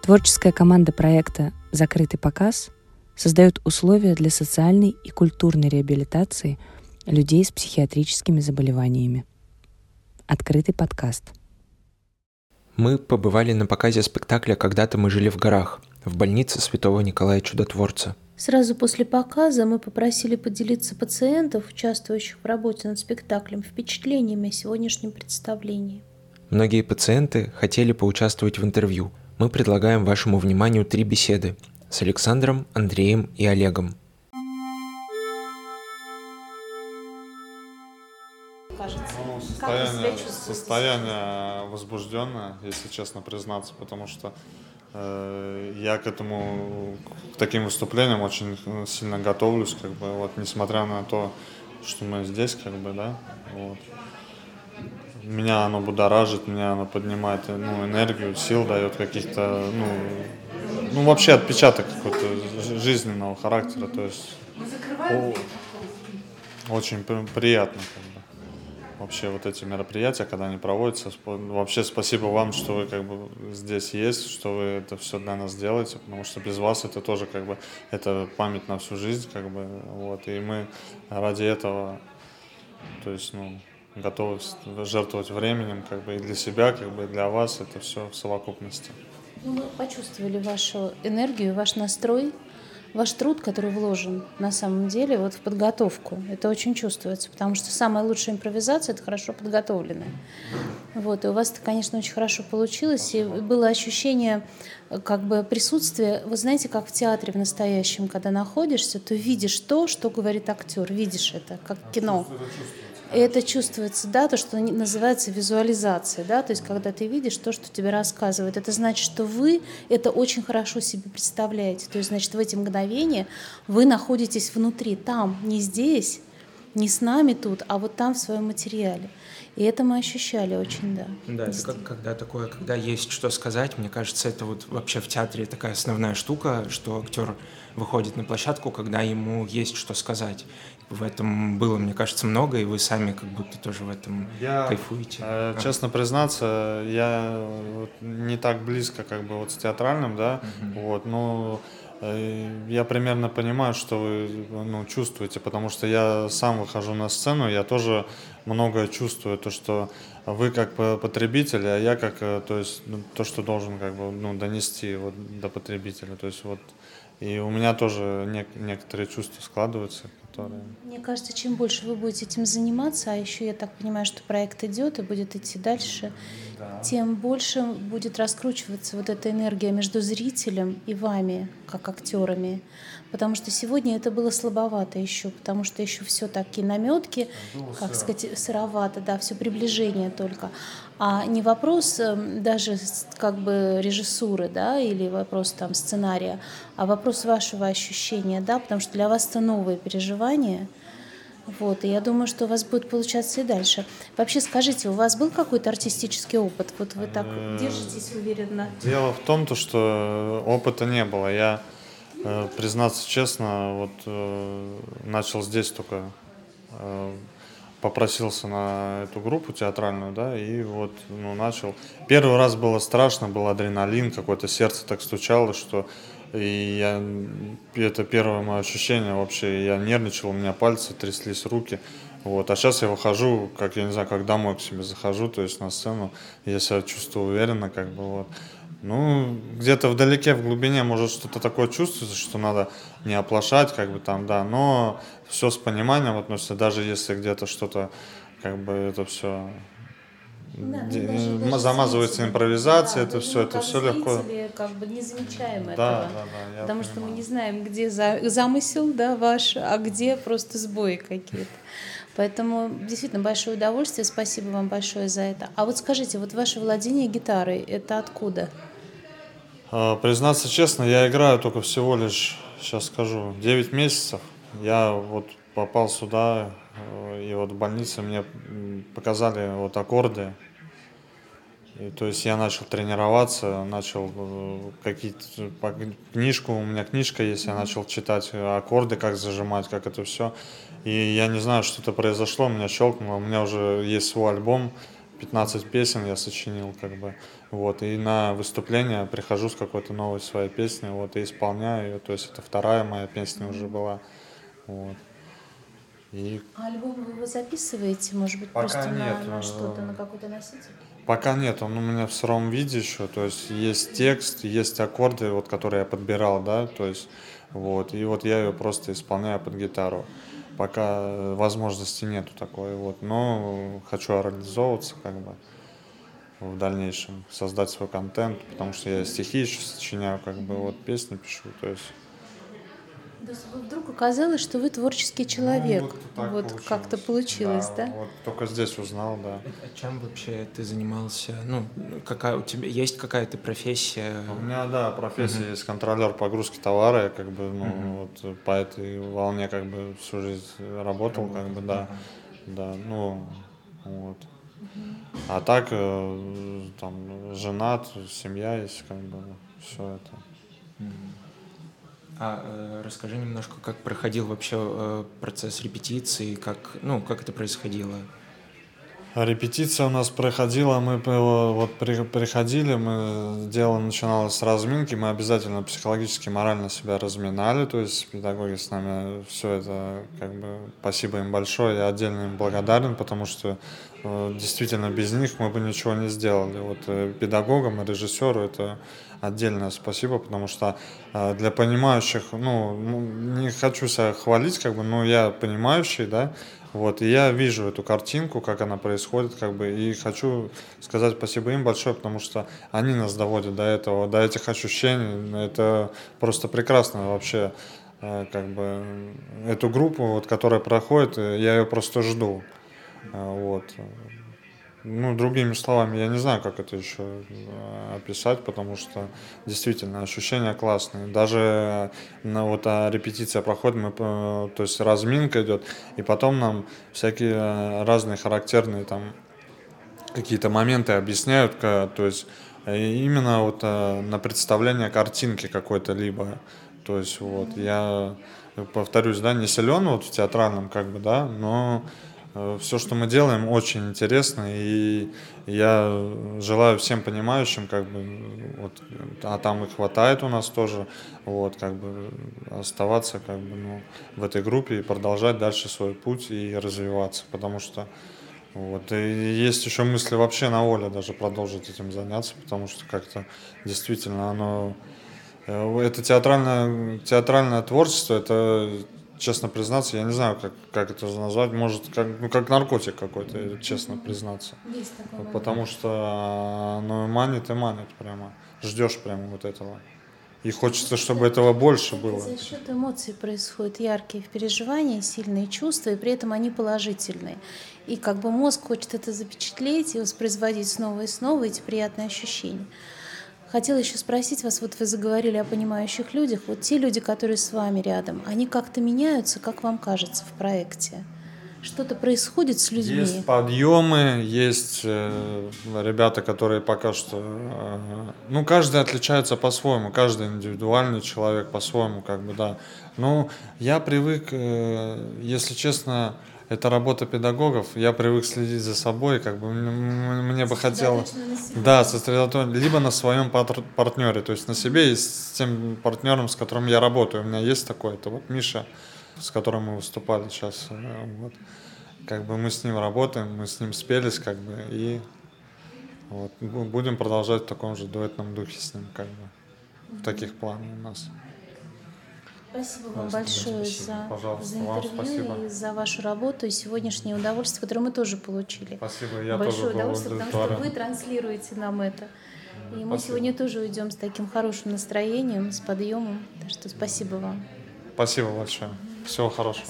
Творческая команда проекта «Закрытый показ» создает условия для социальной и культурной реабилитации людей с психиатрическими заболеваниями. Открытый подкаст. Мы побывали на показе спектакля «Когда-то мы жили в горах» в больнице Святого Николая Чудотворца. Сразу после показа мы попросили поделиться пациентов, участвующих в работе над спектаклем, впечатлениями о сегодняшнем представлении. Многие пациенты хотели поучаствовать в интервью. Мы предлагаем вашему вниманию 3 беседы с Александром, Андреем и Олегом. Состояние возбужденное, если честно признаться, потому что я к таким выступлениям очень сильно готовлюсь, несмотря на то, что мы здесь, вот. Меня оно будоражит, меня оно поднимает, энергию, сил дает каких-то, вообще отпечаток какой-то жизненного характера, то есть очень приятно, Вообще вот эти мероприятия, когда они проводятся, вообще спасибо вам, что вы здесь есть, что вы это все для нас делаете, потому что без вас это тоже это память на всю жизнь, вот, и мы ради этого, то есть, готовы жертвовать временем, и для себя, и для вас, это все в совокупности. Мы почувствовали вашу энергию, ваш настрой, ваш труд, который вложен на самом деле в подготовку. Это очень чувствуется, потому что самая лучшая импровизация – это хорошо подготовленная. Вот, и у вас это, конечно, очень хорошо получилось, и было ощущение присутствия. Вы знаете, как в театре в настоящем, когда находишься, то видишь то, что говорит актер, видишь это, как кино. И это чувствуется, то, что называется визуализация, то есть когда ты видишь то, что тебе рассказывают. Это значит, что вы это очень хорошо себе представляете. То есть, значит, в эти мгновения вы находитесь внутри, там, не здесь, не с нами тут, а вот там в своем материале. И это мы ощущали очень, да. Да, это когда есть что сказать, мне кажется, это вообще в театре такая основная штука, что актер выходит на площадку, когда ему есть что сказать. В этом было, мне кажется, много, и вы сами как будто тоже в этом кайфуете. Честно признаться, я не так близко с театральным, вот, но я примерно понимаю, что вы чувствуете, потому что я сам выхожу на сцену, я тоже многое чувствую, то, что вы как потребитель, а я то, что должен донести до потребителя, то есть и у меня тоже некоторые чувства складываются, которые... Мне кажется, чем больше вы будете этим заниматься, а еще я так понимаю, что проект идет и будет идти дальше, тем больше будет раскручиваться эта энергия между зрителем и вами, как актерами. Потому что сегодня это было слабовато еще, потому что еще все такие наметки, сыровато, все приближение только. А не вопрос даже режиссуры, или вопрос сценария, а вопрос вашего ощущения, потому что для вас это новые переживания. Вот, и я думаю, что у вас будет получаться и дальше. Вообще, скажите, у вас был какой-то артистический опыт? Вот вы так держитесь уверенно? Дело в том, что опыта не было. Я, признаться честно, начал здесь только, попросился на эту группу театральную, и начал. Первый раз было страшно, был адреналин, какое-то сердце так стучало, что это первое мое ощущение вообще, я нервничал, у меня пальцы тряслись, руки, вот, а сейчас я выхожу, я не знаю, как домой к себе захожу, то есть на сцену, я себя чувствую уверенно, вот. Где-то вдалеке, в глубине, может, что-то такое чувствуется, что надо не оплошать, но все с пониманием относится, даже если где-то что-то, это все... замазывается импровизация, это все легко. Не замечаем этого, потому что мы не знаем, где замысел ваш, а где просто сбои какие-то. Поэтому действительно большое удовольствие, спасибо вам большое за это. А скажите, ваше владение гитарой, это откуда? Признаться честно, я играю только всего лишь, сейчас скажу, 9 месяцев. Я попал сюда, и в больнице мне показали аккорды. И, то есть я начал тренироваться, начал книжку, у меня книжка есть, я начал читать аккорды, как зажимать, как это все. И я не знаю, что-то произошло, меня щелкнуло, у меня уже есть свой альбом, 15 песен я сочинил, как бы, вот, и на выступление прихожу с какой-то новой своей песней, вот, и исполняю ее, то есть это вторая моя песня уже была, вот. И А альбом вы его записываете, может быть, Пока просто нет, на что-то, на какой-то носитель? пока нет, он у меня в сыром виде еще, то есть есть текст, есть аккорды, вот, которые я подбирал, да, то есть, вот, и вот я ее просто исполняю под гитару. Пока возможности нету такой, вот, но хочу реализовываться, как бы, в дальнейшем, создать свой контент, потому что я стихи еще сочиняю, как бы, вот, песни пишу, то есть. То есть вдруг оказалось, что вы творческий человек. Ну, вот так Вот получилось. как-то получилось, да? Вот только здесь узнал, да. А чем вообще ты занимался? Ну, какая у тебя есть какая-то профессия? У меня, да, профессия есть контролер погрузки товара, я как бы, ну, вот по этой волне как бы всю жизнь работал, как бы, да, да, ну, вот. А так, там, женат, семья есть, как бы, все это. Расскажи немножко, как проходил вообще процесс репетиции, как это происходило? Репетиция у нас проходила, мы приходили, дело начиналось с разминки, мы обязательно психологически, морально себя разминали, то есть педагоги с нами все это, как бы, спасибо им большое, я отдельно им благодарен, потому что действительно без них мы бы ничего не сделали. Вот педагогам и режиссеру это отдельное спасибо, потому что для понимающих, ну, не хочу себя хвалить, как бы, но я понимающий, да, вот, и я вижу эту картинку, как она происходит, как бы, и хочу сказать спасибо им большое, потому что они нас доводят до этого, до этих ощущений. Это просто прекрасно вообще, как бы, эту группу, вот, которая проходит, я ее просто жду. Вот. Ну, другими словами, я не знаю, как это еще описать, потому что действительно ощущения классные. Даже вот репетиция проходит, то есть разминка идет, и потом нам всякие разные характерные там какие-то моменты объясняют, то есть именно вот на представление картинки какой-то либо. То есть вот я повторюсь, да, не силен вот в театральном, как бы, да, но все, что мы делаем, очень интересно, и я желаю всем понимающим, как бы, вот, а там их хватает у нас тоже, вот, как бы, оставаться, как бы, ну, в этой группе и продолжать дальше свой путь и развиваться, потому что вот, и есть еще мысли вообще на воле даже продолжить этим заняться, потому что как-то действительно оно, это театральное творчество, это, честно признаться, я не знаю, как это назвать, может, как наркотик какой-то, честно признаться. Есть такой момент. Потому что оно манит и манит прямо. Ждешь прямо вот этого. И хочется, чтобы этого больше было. За счет эмоций происходят яркие переживания, сильные чувства, и при этом они положительные. И как бы мозг хочет это запечатлеть и воспроизводить снова и снова эти приятные ощущения. Хотела еще спросить вас, вот вы заговорили о понимающих людях, вот те люди, которые с вами рядом, они как-то меняются, как вам кажется, в проекте? Что-то происходит с людьми? Есть подъемы, есть ребята, которые пока что... ну, каждый отличается по-своему, каждый индивидуальный человек по-своему, как бы, да. Но я привык, если честно, это работа педагогов, я привык следить за собой, как бы мне бы хотелось... Да, сосредоточен либо на своем партнере, то есть на себе и с тем партнером, с которым я работаю. У меня есть такой, это вот Миша, с которым мы выступали сейчас. Вот. Как бы мы с ним работаем, мы с ним спелись, как бы, и вот, будем продолжать в таком же дуэтном духе с ним, как бы, в таких планах у нас. Спасибо вам большое за вам спасибо. интервью и за вашу работу и сегодняшнее удовольствие, которое мы тоже получили. Спасибо, я Большое тоже был удовольствие, потому что вы транслируете нам это. И мы сегодня тоже уйдем с таким хорошим настроением, с подъемом. Так что спасибо вам. Спасибо большое. Всего хорошего.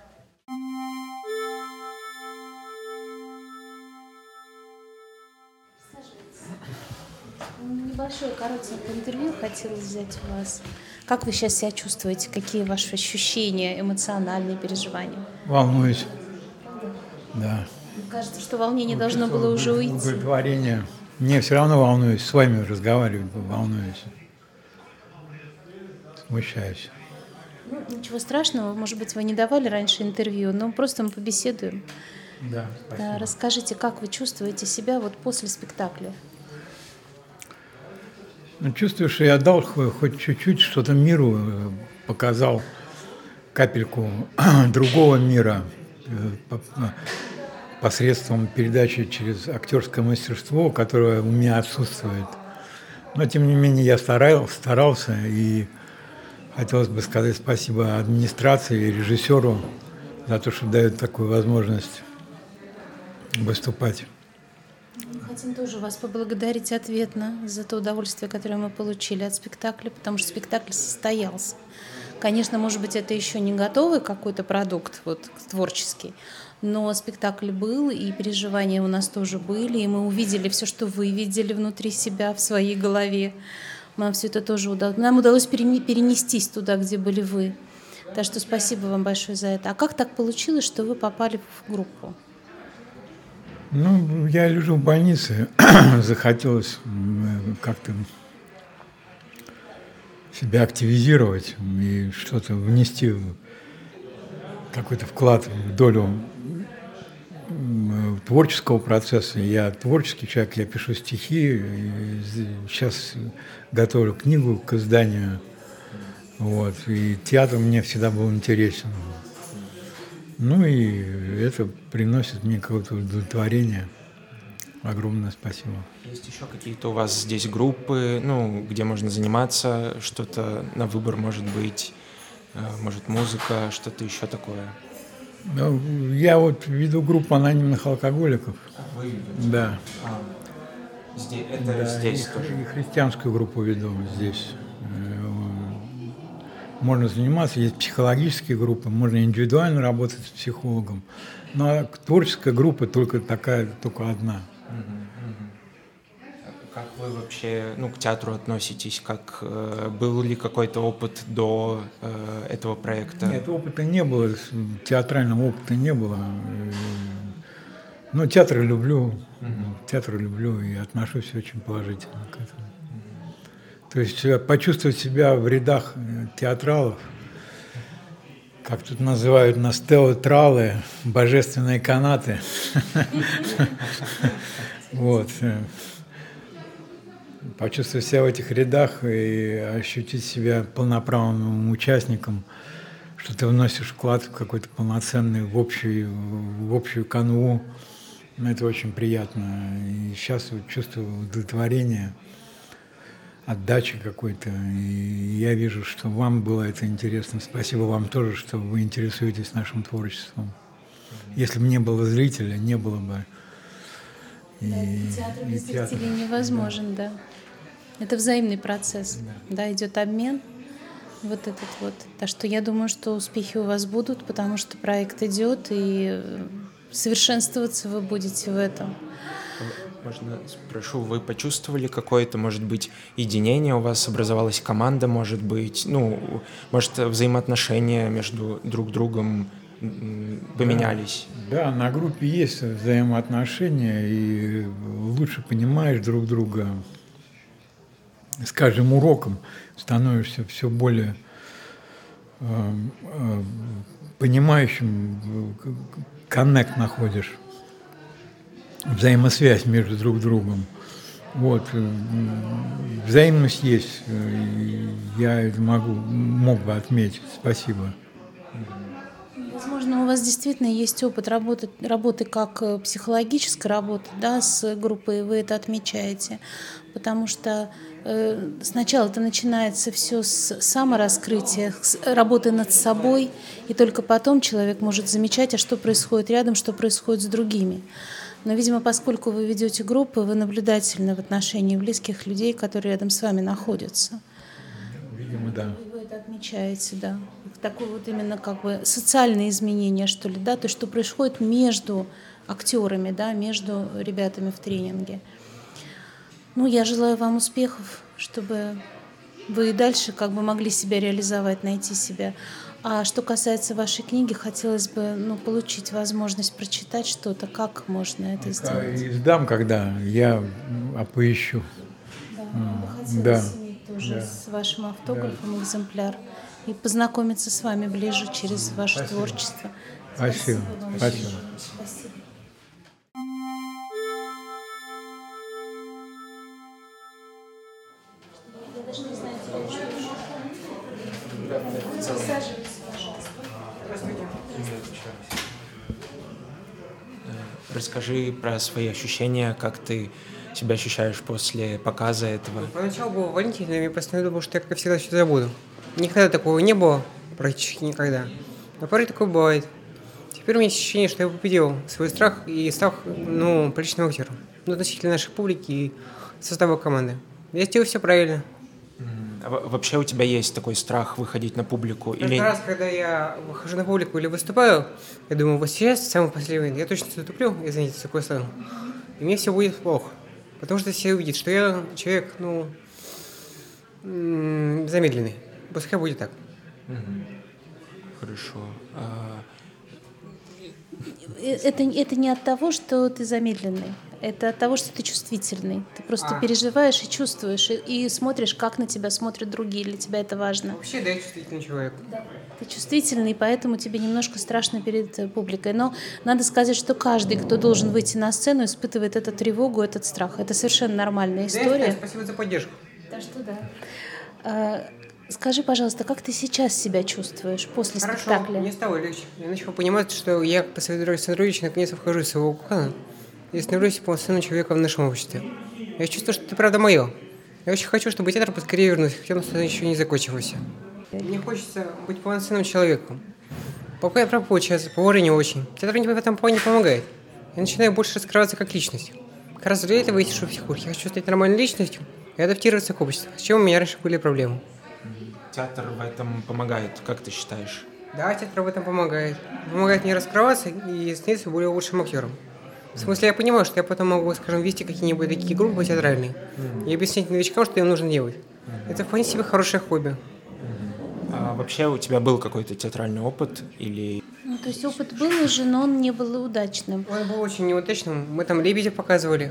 Небольшое коротенькое интервью хотелось взять у вас. Как вы сейчас себя чувствуете? Какие ваши ощущения, эмоциональные переживания? Волнуюсь. Да. Мне кажется, что волнение должно было уже уйти. Удовлетворение. Не, все равно волнуюсь. С вами разговариваю, волнуюсь. Смущаюсь. Ну, ничего страшного. Может быть, вы не давали раньше интервью, но просто мы побеседуем. Да, Да, расскажите, как вы чувствуете себя вот после спектакля? Ну, чувствую, что я дал хоть чуть-чуть что-то миру, показал капельку другого мира посредством передачи через актерское мастерство, которое у меня отсутствует. Но, тем не менее, я старался, и хотелось бы сказать спасибо администрации и режиссеру за то, что дают такую возможность выступать. Хотим тоже вас поблагодарить ответно за то удовольствие, которое мы получили от спектакля, потому что спектакль состоялся. Конечно, может быть, это еще не готовый какой-то продукт вот, творческий, но спектакль был, и переживания у нас тоже были, и мы увидели все, что вы видели внутри себя, в своей голове. Нам все это тоже удалось. Нам удалось перенестись туда, где были вы. Так что спасибо вам большое за это. А как так получилось, что вы попали в группу? Ну, я лежу в больнице, захотелось как-то себя активизировать и что-то внести, какой-то вклад в долю творческого процесса. Я творческий человек, я пишу стихи, сейчас готовлю книгу к изданию, вот, и театр мне всегда был интересен. Ну и это приносит мне какое-то удовлетворение. Огромное спасибо. Есть еще какие-то у вас здесь группы, ну, где можно заниматься, что-то на выбор может быть, может музыка, что-то еще такое? Ну, я вот веду группу анонимных алкоголиков. Вы ведете? Да. Здесь, это Да, здесь и, тоже? и христианскую группу веду здесь. Можно заниматься, есть психологические группы, можно индивидуально работать с психологом. Но творческая группа только одна. Как вы вообще к театру относитесь? Был ли какой-то опыт до этого проекта? Нет, опыта не было, театрального опыта не было. Но театр люблю и отношусь очень положительно к этому. То есть почувствовать себя в рядах театралов, как тут называют нас театралы, божественные канаты. Вот. Почувствовать себя в этих рядах и ощутить себя полноправным участником, что ты вносишь вклад какой-то полноценный в общую канву. Это очень приятно. И сейчас вот чувствую удовлетворение, отдачи какой-то. И я вижу, что вам было это интересно. Спасибо вам тоже, что вы интересуетесь нашим творчеством. Если бы не было зрителя, не было бы театр без зрителей невозможен, да. Это взаимный процесс, да, идет обмен, вот этот вот. Так что я думаю, что успехи у вас будут, потому что проект идет, и совершенствоваться вы будете в этом. Можно спрошу, вы почувствовали какое-то, может быть, единение у вас, образовалась команда, может быть, может, взаимоотношения между друг другом поменялись? Да, на группе есть взаимоотношения, и лучше понимаешь друг друга. С каждым уроком становишься все более понимающим, коннект находишь, взаимосвязь между друг другом. Вот. Взаимность есть, я это мог бы отметить. Спасибо. Возможно, у вас действительно есть опыт работы как психологической работы, да, с группой, вы это отмечаете, потому что сначала это начинается все с самораскрытия, с работы над собой, и только потом человек может замечать, а что происходит рядом, что происходит с другими. Но, видимо, поскольку вы ведете группы, вы наблюдательны в отношении близких людей, которые рядом с вами находятся. Видимо, да. Вы это отмечаете, да. Такое вот именно социальные изменения, что ли, да, то, что происходит между актерами, да, между ребятами в тренинге. Я желаю вам успехов, чтобы вы и дальше могли себя реализовать, найти себя. А что касается вашей книги, хотелось бы получить возможность прочитать что-то, как можно это сделать. Издам, когда я поищу. Да, хотелось иметь тоже с вашим автографом экземпляр и познакомиться с вами ближе через ваше творчество. Спасибо. Вам Спасибо. Спасибо. Расскажи про свои ощущения, как ты себя ощущаешь после показа этого. Поначалу было волнительно, я просто думал, что я, как всегда, все забуду. Никогда такого не было, практически никогда. Но порой такое бывает. Теперь у меня есть ощущение, что я победил свой страх и стал, приличным актером. Относительно нашей публики и состава команды. Я сделал все правильно. Вообще у тебя есть такой страх выходить на публику? Каждый раз, когда я выхожу на публику или выступаю, я думаю, вот сейчас, самый последний момент, я точно затуплю, извините, такое слово, и мне все будет плохо. Потому что все увидят, что я человек, замедленный. Пускай будет так. Хорошо. Это не от того, что ты замедленный. Это от того, что ты чувствительный. Ты просто переживаешь и чувствуешь, и смотришь, как на тебя смотрят другие. Для тебя это важно. Вообще, да, я чувствительный человек. Да. Ты чувствительный, поэтому тебе немножко страшно перед публикой. Но надо сказать, что каждый, кто должен выйти на сцену, испытывает эту тревогу, этот страх. Это совершенно нормальная история. Да, спасибо за поддержку. Так что да. Скажи, пожалуйста, как ты сейчас себя чувствуешь после спектакля? Мне стало легче. Я начал понимать, что я по своей дороге Александрович наконец выхожу из своего кокона и становлюсь полноценным человеком в нашем обществе. Я чувствую, что это правда мое. Я очень хочу, чтобы театр поскорее вернулся, хотя он еще не закончился. Мне хочется быть полноценным человеком. Пока я правда получается, по не очень. Театр мне в этом плане помогает. Я начинаю больше раскрываться как личность. Как раз для этого я сижу в психушке. Я хочу стать нормальной личностью и адаптироваться к обществу, с чем у меня раньше были проблемы. Театр в этом помогает, как ты считаешь? Да, театр в этом помогает. Помогает мне раскрываться и становиться более лучшим актером. В смысле, я понимаю, что я потом могу, скажем, вести какие-нибудь такие группы театральные и объяснять новичкам, что им нужно делать. Это вполне себе хорошее хобби. А вообще у тебя был какой-то театральный опыт или... То есть опыт был уже, но он не был удачным. Он был очень неудачным. Мы там «Лебедя» показывали,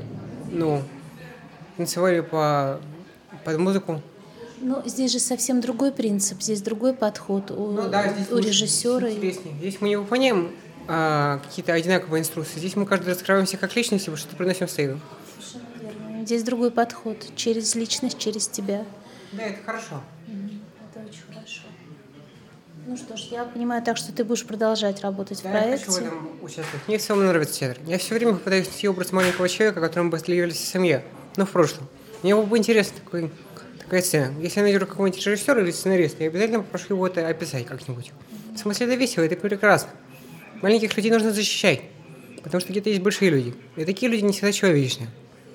танцевали под музыку. Но здесь же совсем другой принцип, здесь другой подход у режиссера. Интереснее. Здесь мы не выполняем какие-то одинаковые инструкции. Здесь мы каждый раскрываемся как личность и что-то приносим в сцену. Здесь другой подход, через личность, через тебя. Да, это хорошо. Это очень хорошо. Ну что ж, я понимаю так, что ты будешь продолжать работать в проекте. Я хочу в этом участвовать. Мне все равно нравится театр. Я все время пытаюсь найти образ маленького человека, которым бы являлась семья, но в прошлом. Мне было бы интересно такая сцена. Если я найду какого-нибудь режиссера или сценариста, я обязательно попрошу его это описать как-нибудь. В смысле, это весело, это прекрасно. Маленьких людей нужно защищать, потому что где-то есть большие люди. И такие люди не всегда человечные.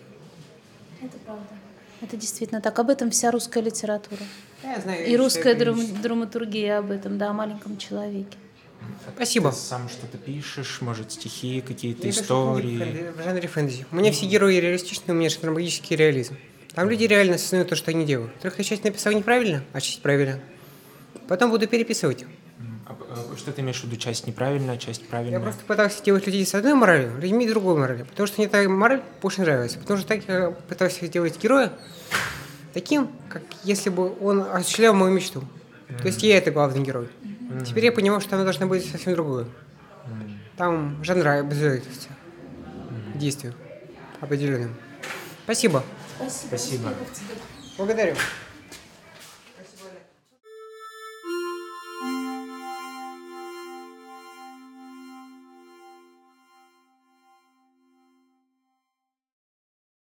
Это правда. Это действительно так. Об этом вся русская литература. Я знаю, и русская драматургия об этом, да, о маленьком человеке. Спасибо. Ты сам что-то пишешь, может, стихи, какие-то истории? В жанре фэнтези. У меня все герои реалистичны, у меня же драматический реализм. Там люди реально осознают то, что они делают. Только я часть написал неправильно, а часть правильно. Потом буду переписывать. Что ты имеешь в виду? Часть неправильная, часть правильная? Я просто пытался делать людей с одной моралью, людьми другой моралью. Потому что мне эта мораль больше нравится. Потому что так я пытался сделать героя таким, как если бы он осуществлял мою мечту. То есть я это главный герой. Теперь я понимаю, что она должна быть совсем другой. Там жанра обязательства к действию определенным. Спасибо. Спасибо. Благодарю.